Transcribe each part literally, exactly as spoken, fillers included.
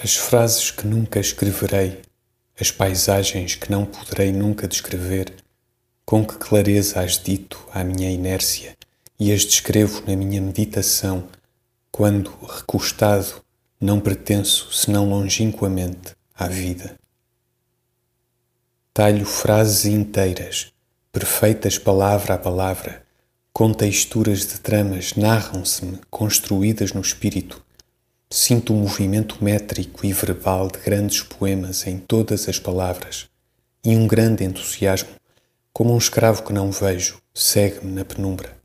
As frases que nunca escreverei, as paisagens que não poderei nunca descrever, com que clareza as dito à minha inércia e as descrevo na minha meditação, quando, recostado, não pertenço senão longínquamente à vida. Talho frases inteiras, perfeitas palavra a palavra, com texturas de tramas narram-se-me construídas no espírito. Sinto o movimento métrico e verbal de grandes poemas em todas as palavras e um grande entusiasmo, como um escravo que não vejo, segue-me na penumbra.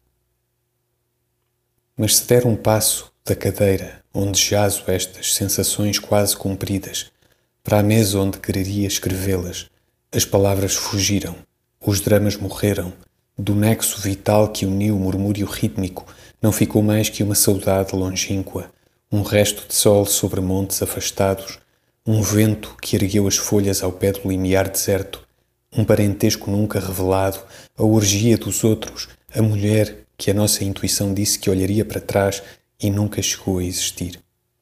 Mas se der um passo da cadeira onde jazo estas sensações quase cumpridas, para a mesa onde quereria escrevê-las, as palavras fugiram, os dramas morreram, do nexo vital que uniu o murmúrio rítmico não ficou mais que uma saudade longínqua, um resto de sol sobre montes afastados, um vento que ergueu as folhas ao pé do limiar deserto, um parentesco nunca revelado, a orgia dos outros, a mulher que a nossa intuição disse que olharia para trás e nunca chegou a existir.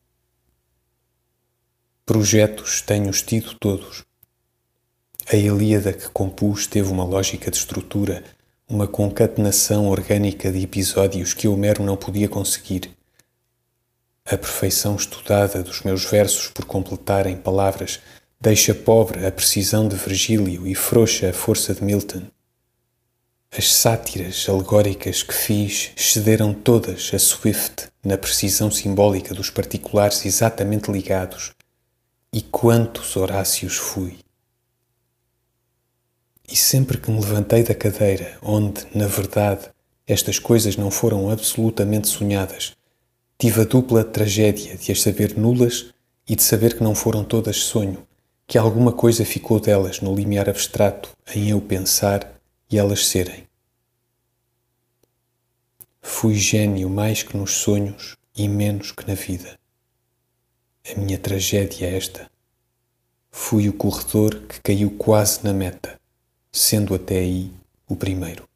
Projetos tenho-os tido todos. A Ilíada que compus teve uma lógica de estrutura, uma concatenação orgânica de episódios que Homero não podia conseguir. A perfeição estudada dos meus versos por completarem palavras deixa pobre a precisão de Virgílio e frouxa a força de Milton. As sátiras alegóricas que fiz excederam todas a Swift na precisão simbólica dos particulares exatamente ligados. E quantos Horácios fui! E sempre que me levantei da cadeira, onde, na verdade, estas coisas não foram absolutamente sonhadas, tive a dupla tragédia de as saber nulas e de saber que não foram todas sonho, que alguma coisa ficou delas no limiar abstrato em eu pensar e elas serem. Fui gênio mais que nos sonhos e menos que na vida. A minha tragédia é esta. Fui o corredor que caiu quase na meta, sendo até aí o primeiro.